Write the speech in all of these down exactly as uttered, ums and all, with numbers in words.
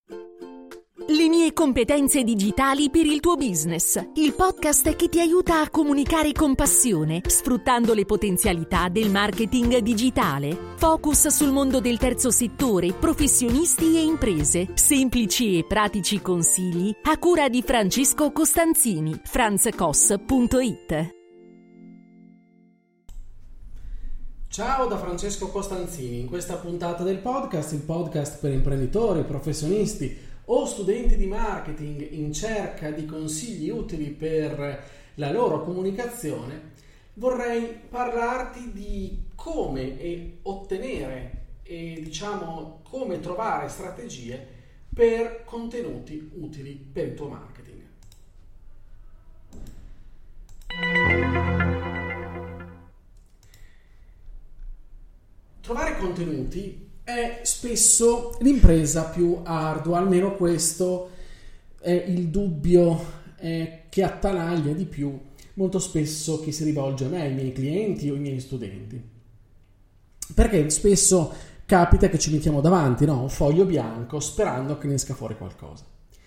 Le mie competenze digitali per il tuo business. Il podcast che ti aiuta a comunicare con passione, sfruttando le potenzialità del marketing digitale. Focus sul mondo del terzo settore, professionisti e imprese. Semplici e pratici consigli a cura di Francesco Costanzini. franzcos punto it. Ciao da Francesco Costanzini. In questa puntata del podcast, il podcast per imprenditori, professionisti o studenti di marketing in cerca di consigli utili per la loro comunicazione, vorrei parlarti di come ottenere e diciamo come trovare strategie per contenuti utili per il tuo marketing. Trovare contenuti è spesso l'impresa più ardua, almeno questo è il dubbio eh, che attanaglia di più molto spesso chi si rivolge a me, ai miei clienti o ai miei studenti. Perché spesso capita che ci mettiamo davanti, no, un foglio bianco sperando che ne esca fuori qualcosa.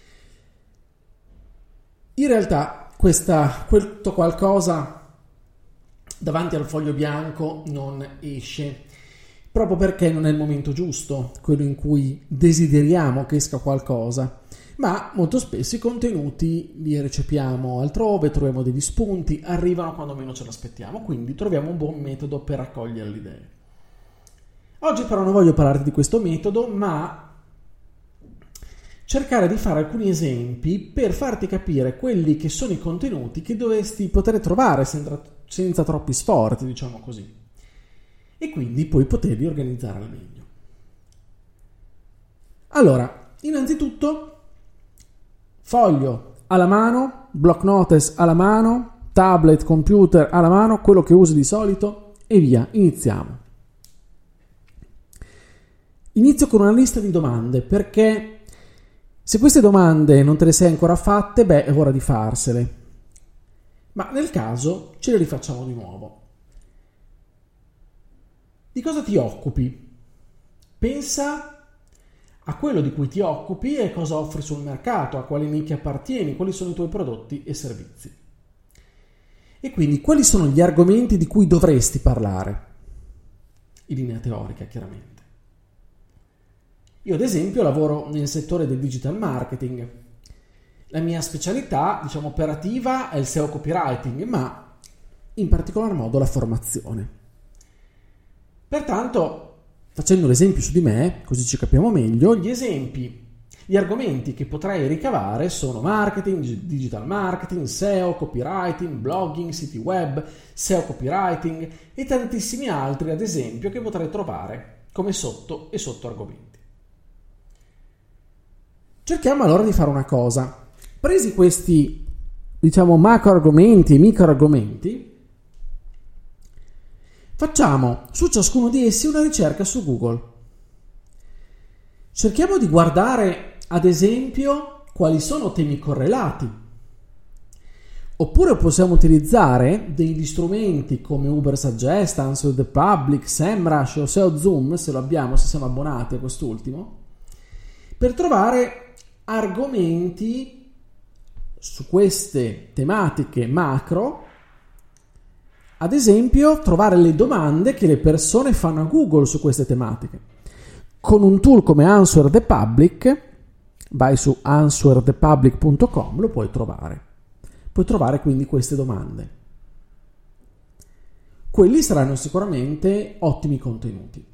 In realtà questa, questo qualcosa davanti al foglio bianco non esce, proprio perché non è il momento giusto, quello in cui desideriamo che esca qualcosa, ma molto spesso i contenuti li recepiamo altrove, troviamo degli spunti, arrivano quando meno ce l'aspettiamo, quindi troviamo un buon metodo per raccogliere le idee. Oggi però non voglio parlarti di questo metodo, ma cercare di fare alcuni esempi per farti capire quelli che sono i contenuti che dovresti poter trovare senza, senza troppi sforzi, diciamo così. E quindi poi poterli organizzare al meglio. Allora, innanzitutto, foglio alla mano, block notice alla mano, tablet, computer alla mano, quello che usi di solito e via, iniziamo. Inizio con una lista di domande, perché se queste domande non te le sei ancora fatte, beh, è ora di farsele. Ma nel caso ce le rifacciamo di nuovo. Di cosa ti occupi? Pensa a quello di cui ti occupi e cosa offri sul mercato, a quale nicchia appartieni, quali sono i tuoi prodotti e servizi. E quindi quali sono gli argomenti di cui dovresti parlare? In linea teorica, chiaramente. Io ad esempio lavoro nel settore del digital marketing. La mia specialità, diciamo operativa, è il S E O copywriting, ma in particolar modo la formazione. Pertanto, facendo un esempio su di me, così ci capiamo meglio, gli esempi, gli argomenti che potrei ricavare sono marketing, digital marketing, S E O, copywriting, blogging, siti web, S E O copywriting e tantissimi altri, ad esempio, che potrei trovare come sotto e sotto argomenti. Cerchiamo allora di fare una cosa. Presi questi, diciamo, macro argomenti e micro argomenti, facciamo su ciascuno di essi una ricerca su Google. Cerchiamo di guardare, ad esempio, quali sono temi correlati. Oppure possiamo utilizzare degli strumenti come Ubersuggest, Answer the Public, SEMrush o S E O Zoom, se lo abbiamo, se siamo abbonati a quest'ultimo, per trovare argomenti su queste tematiche macro. Ad esempio, trovare le domande che le persone fanno a Google su queste tematiche. Con un tool come Answer the Public, vai su answer the public punto com, lo puoi trovare. Puoi trovare quindi queste domande. Quelli saranno sicuramente ottimi contenuti.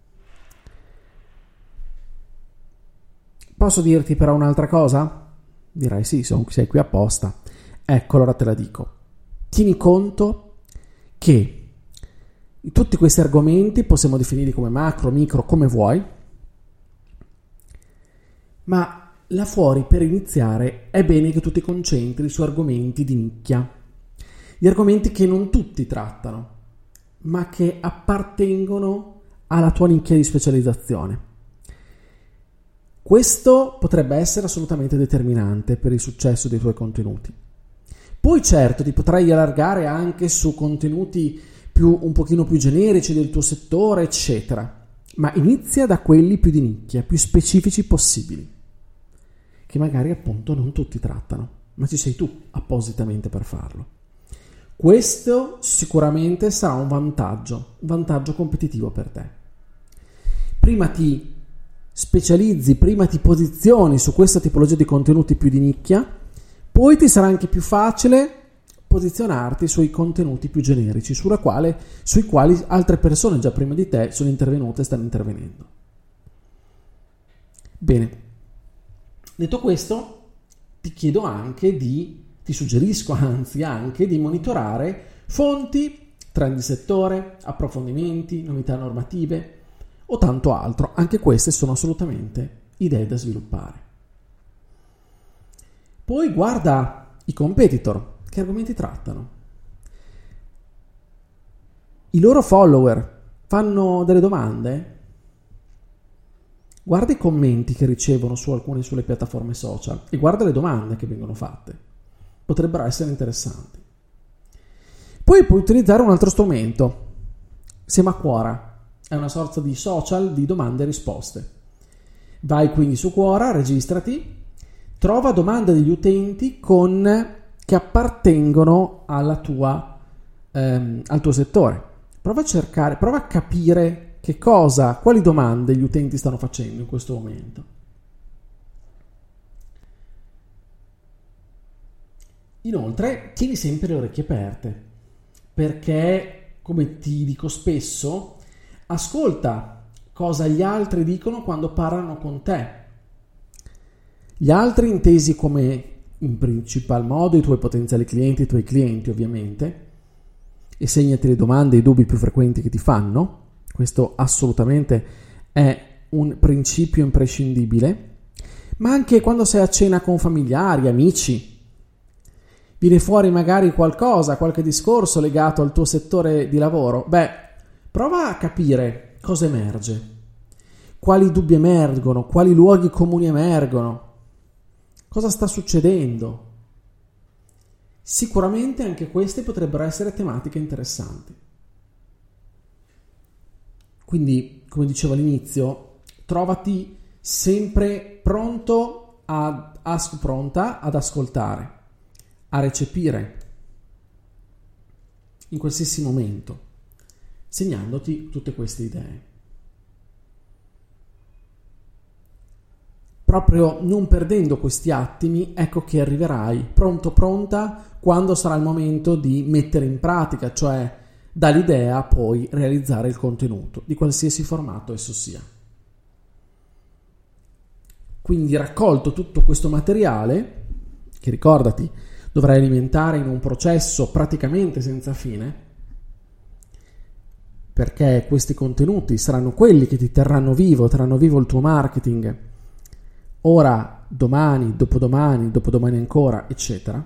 Posso dirti però un'altra cosa? Dirai sì, sei qui apposta. Ecco, allora te la dico. Tieni conto che tutti questi argomenti possiamo definirli come macro, micro, come vuoi, ma là fuori per iniziare è bene che tu ti concentri su argomenti di nicchia, gli argomenti che non tutti trattano, ma che appartengono alla tua nicchia di specializzazione. Questo potrebbe essere assolutamente determinante per il successo dei tuoi contenuti. Poi certo ti potrai allargare anche su contenuti più, un pochino più generici del tuo settore, eccetera, ma inizia da quelli più di nicchia, più specifici possibili. che magari appunto non tutti trattano, ma ci sei tu appositamente per farlo. Questo sicuramente sarà un vantaggio, un vantaggio competitivo per te. Prima ti specializzi, prima ti posizioni su questa tipologia di contenuti più di nicchia, poi ti sarà anche più facile posizionarti sui contenuti più generici, sulla quale, sui quali altre persone già prima di te sono intervenute e stanno intervenendo. Bene, detto questo, ti chiedo anche di, ti suggerisco anzi anche di monitorare fonti, trend di settore, approfondimenti, novità normative o tanto altro. Anche queste sono assolutamente idee da sviluppare. Poi guarda i competitor, che argomenti trattano. I loro follower fanno delle domande? Guarda i commenti che ricevono su alcune sulle piattaforme social e guarda le domande che vengono fatte. Potrebbero essere interessanti. Poi puoi utilizzare un altro strumento. Semaquora è una sorta di social di domande e risposte. Vai quindi su Quora, registrati, trova domande degli utenti con che appartengono alla tua, ehm, al tuo settore. Prova a cercare, prova a capire che cosa, quali domande gli utenti stanno facendo in questo momento. Inoltre, tieni sempre le orecchie aperte, perché, come ti dico spesso, ascolta cosa gli altri dicono quando parlano con te. Gli altri intesi come in principal modo i tuoi potenziali clienti, i tuoi clienti ovviamente, e segnati le domande e i dubbi più frequenti che ti fanno. Questo assolutamente è un principio imprescindibile, ma anche quando sei a cena con familiari, amici, viene fuori magari qualcosa, qualche discorso legato al tuo settore di lavoro, beh, prova a capire cosa emerge, quali dubbi emergono, quali luoghi comuni emergono, cosa sta succedendo. Sicuramente anche queste potrebbero essere tematiche interessanti. Quindi, come dicevo all'inizio, trovati sempre pronto ad, as, pronta ad ascoltare, a recepire in qualsiasi momento, segnandoti tutte queste idee. Proprio non perdendo questi attimi, ecco che arriverai pronto pronta quando sarà il momento di mettere in pratica, cioè dall'idea a poi realizzare il contenuto, di qualsiasi formato esso sia. Quindi raccolto tutto questo materiale, che ricordati dovrai alimentare in un processo praticamente senza fine, perché questi contenuti saranno quelli che ti terranno vivo, terranno vivo il tuo marketing, ora, domani, dopodomani, dopodomani ancora, eccetera.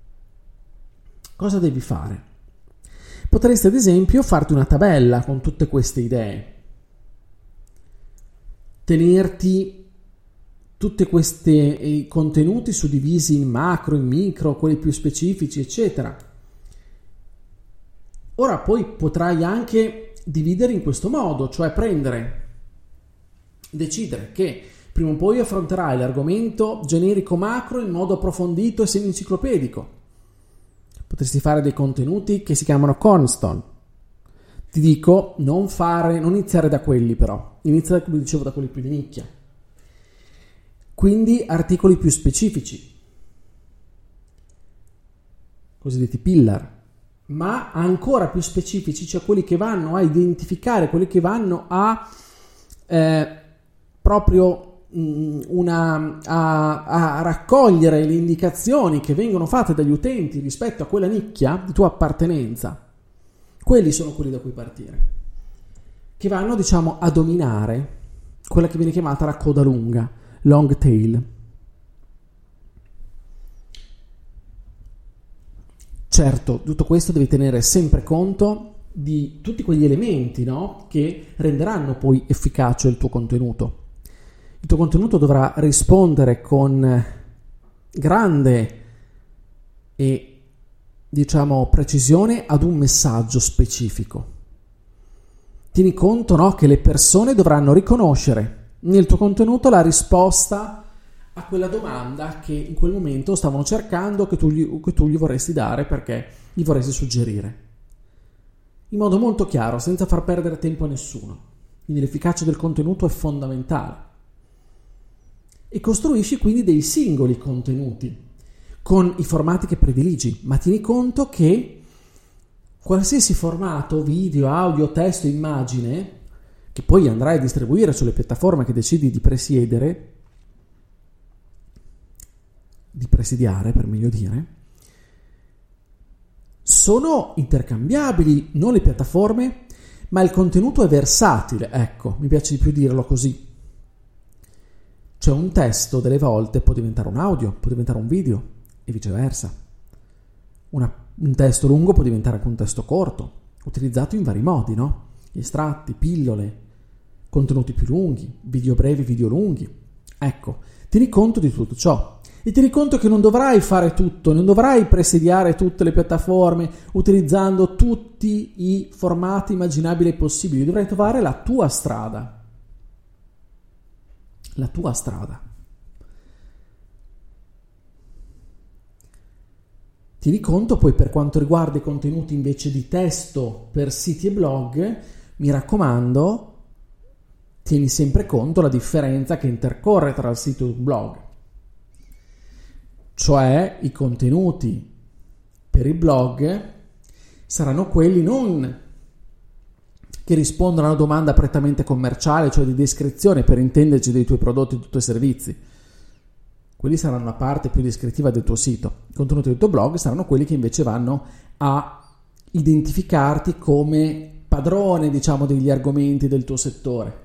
Cosa devi fare? Potresti ad esempio farti una tabella con tutte queste idee, tenerti tutti questi contenuti suddivisi in macro, in micro, quelli più specifici, eccetera. Ora poi potrai anche dividere in questo modo, cioè prendere, decidere che prima o poi affronterai l'argomento generico macro in modo approfondito e semi-enciclopedico. Potresti fare dei contenuti che si chiamano cornerstone. Ti dico, non fare, non iniziare da quelli però, inizia, come dicevo, da quelli più di nicchia. Quindi articoli più specifici, cosiddetti pillar, ma ancora più specifici, cioè quelli che vanno a identificare, quelli che vanno a eh, proprio Una, a, a raccogliere le indicazioni che vengono fatte dagli utenti rispetto a quella nicchia di tua appartenenza. Quelli sono quelli da cui partire, che vanno, diciamo, a dominare quella che viene chiamata la coda lunga, long tail. Certo, tutto questo devi tenere sempre conto di tutti quegli elementi, no? Che renderanno poi efficace il tuo contenuto. Il tuo contenuto dovrà rispondere con grande e, diciamo, precisione ad un messaggio specifico. Tieni conto, no, che le persone dovranno riconoscere nel tuo contenuto la risposta a quella domanda che in quel momento stavano cercando, che tu gli, che tu gli vorresti dare, perché gli vorresti suggerire. In modo molto chiaro, senza far perdere tempo a nessuno. Quindi l'efficacia del contenuto è fondamentale. E costruisci quindi dei singoli contenuti con i formati che prediligi, ma tieni conto che qualsiasi formato, video, audio, testo, immagine, che poi andrai a distribuire sulle piattaforme che decidi di presiedere, di presidiare per meglio dire, sono intercambiabili, non le piattaforme, ma il contenuto è versatile, ecco, mi piace di più dirlo così. Cioè un testo delle volte può diventare un audio, può diventare un video e viceversa. Una, un testo lungo può diventare anche un testo corto, utilizzato in vari modi, no? Estratti, pillole, contenuti più lunghi, video brevi, video lunghi. Ecco, tieni conto di tutto ciò. E tieni conto che non dovrai fare tutto, non dovrai presidiare tutte le piattaforme utilizzando tutti i formati immaginabili e possibili, dovrai trovare la tua strada. La tua strada. Tieni conto poi per quanto riguarda i contenuti invece di testo per siti e blog, mi raccomando, tieni sempre conto la differenza che intercorre tra il sito e il blog. Cioè i contenuti per il blog saranno quelli non che rispondono a una domanda prettamente commerciale, cioè di descrizione per intenderci dei tuoi prodotti e dei tuoi servizi. Quelli saranno una parte più descrittiva del tuo sito. I contenuti del tuo blog saranno quelli che invece vanno a identificarti come padrone, diciamo, degli argomenti del tuo settore.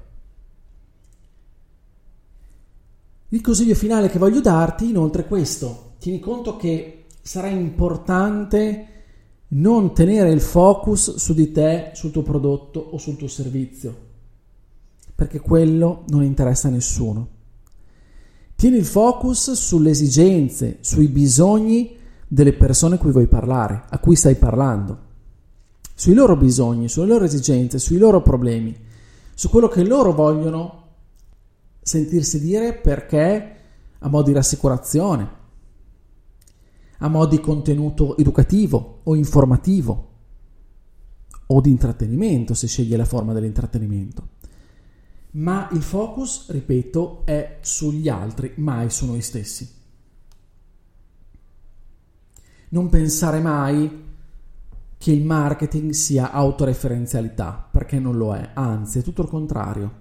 Il consiglio finale che voglio darti, inoltre, è questo. Tieni conto che sarà importante non tenere il focus su di te, sul tuo prodotto o sul tuo servizio, perché quello non interessa a nessuno. Tieni il focus sulle esigenze, sui bisogni delle persone a cui vuoi parlare, a cui stai parlando, sui loro bisogni, sulle loro esigenze, sui loro problemi, su quello che loro vogliono sentirsi dire, perché a mo' di rassicurazione, a mo' di contenuto educativo o informativo o di intrattenimento, se sceglie la forma dell'intrattenimento. Ma il focus, ripeto, è sugli altri, mai su noi stessi. Non pensare mai che il marketing sia autoreferenzialità, perché non lo è, anzi è tutto il contrario.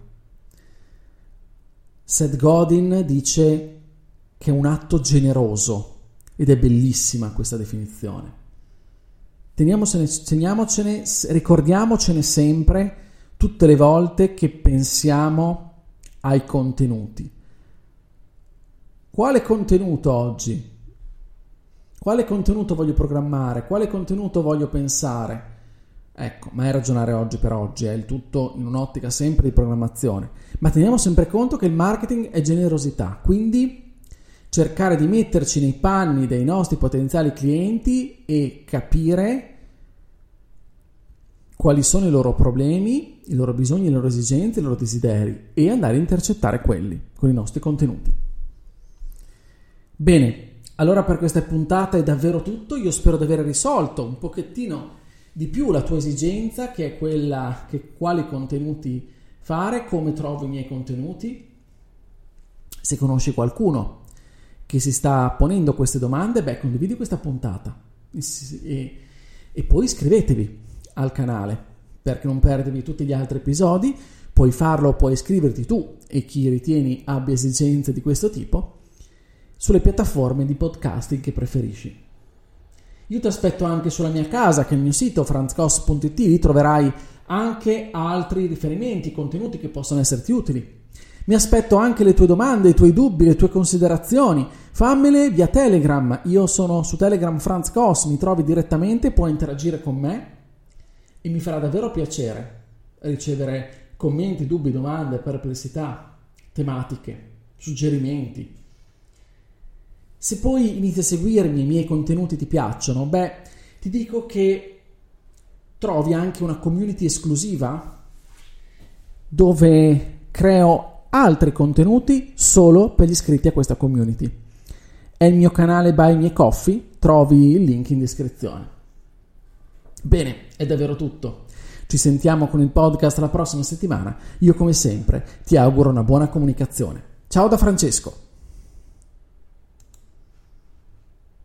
Seth Godin dice che è un atto generoso, ed è bellissima questa definizione. Teniamocene, teniamocene, ricordiamocene sempre tutte le volte che pensiamo ai contenuti. Quale contenuto oggi? Quale contenuto voglio programmare? Quale contenuto voglio pensare? Ecco, ma è ragionare oggi per oggi, è il tutto in un'ottica sempre di programmazione. Ma teniamo sempre conto che il marketing è generosità, quindi cercare di metterci nei panni dei nostri potenziali clienti e capire quali sono i loro problemi, i loro bisogni, le loro esigenze, i loro desideri e andare a intercettare quelli con i nostri contenuti. Bene, allora per questa puntata è davvero tutto. Io spero di aver risolto un pochettino di più la tua esigenza, che è quella che quali contenuti fare, come trovo i miei contenuti. Se conosci qualcuno che si sta ponendo queste domande, beh, condividi questa puntata e, e, e poi iscrivetevi al canale perché non perdervi tutti gli altri episodi. Puoi farlo, puoi iscriverti tu e chi ritieni abbia esigenze di questo tipo sulle piattaforme di podcasting che preferisci. Io ti aspetto anche sulla mia casa, che è il mio sito franz cos punto it. Lì troverai anche altri riferimenti, contenuti che possono esserti utili. Mi aspetto anche le tue domande, i tuoi dubbi, le tue considerazioni. Fammele via Telegram. Io sono su Telegram Franz Cos, mi trovi direttamente, puoi interagire con me e mi farà davvero piacere ricevere commenti, dubbi, domande, perplessità, tematiche, suggerimenti. Se poi inizi a seguirmi e i miei contenuti ti piacciono, beh, ti dico che trovi anche una community esclusiva dove creo altri contenuti solo per gli iscritti a questa community. È il mio canale Buy Me Coffee, trovi il link in descrizione. Bene, è davvero tutto. Ci sentiamo con il podcast la prossima settimana. Io come sempre ti auguro una buona comunicazione. Ciao da Francesco.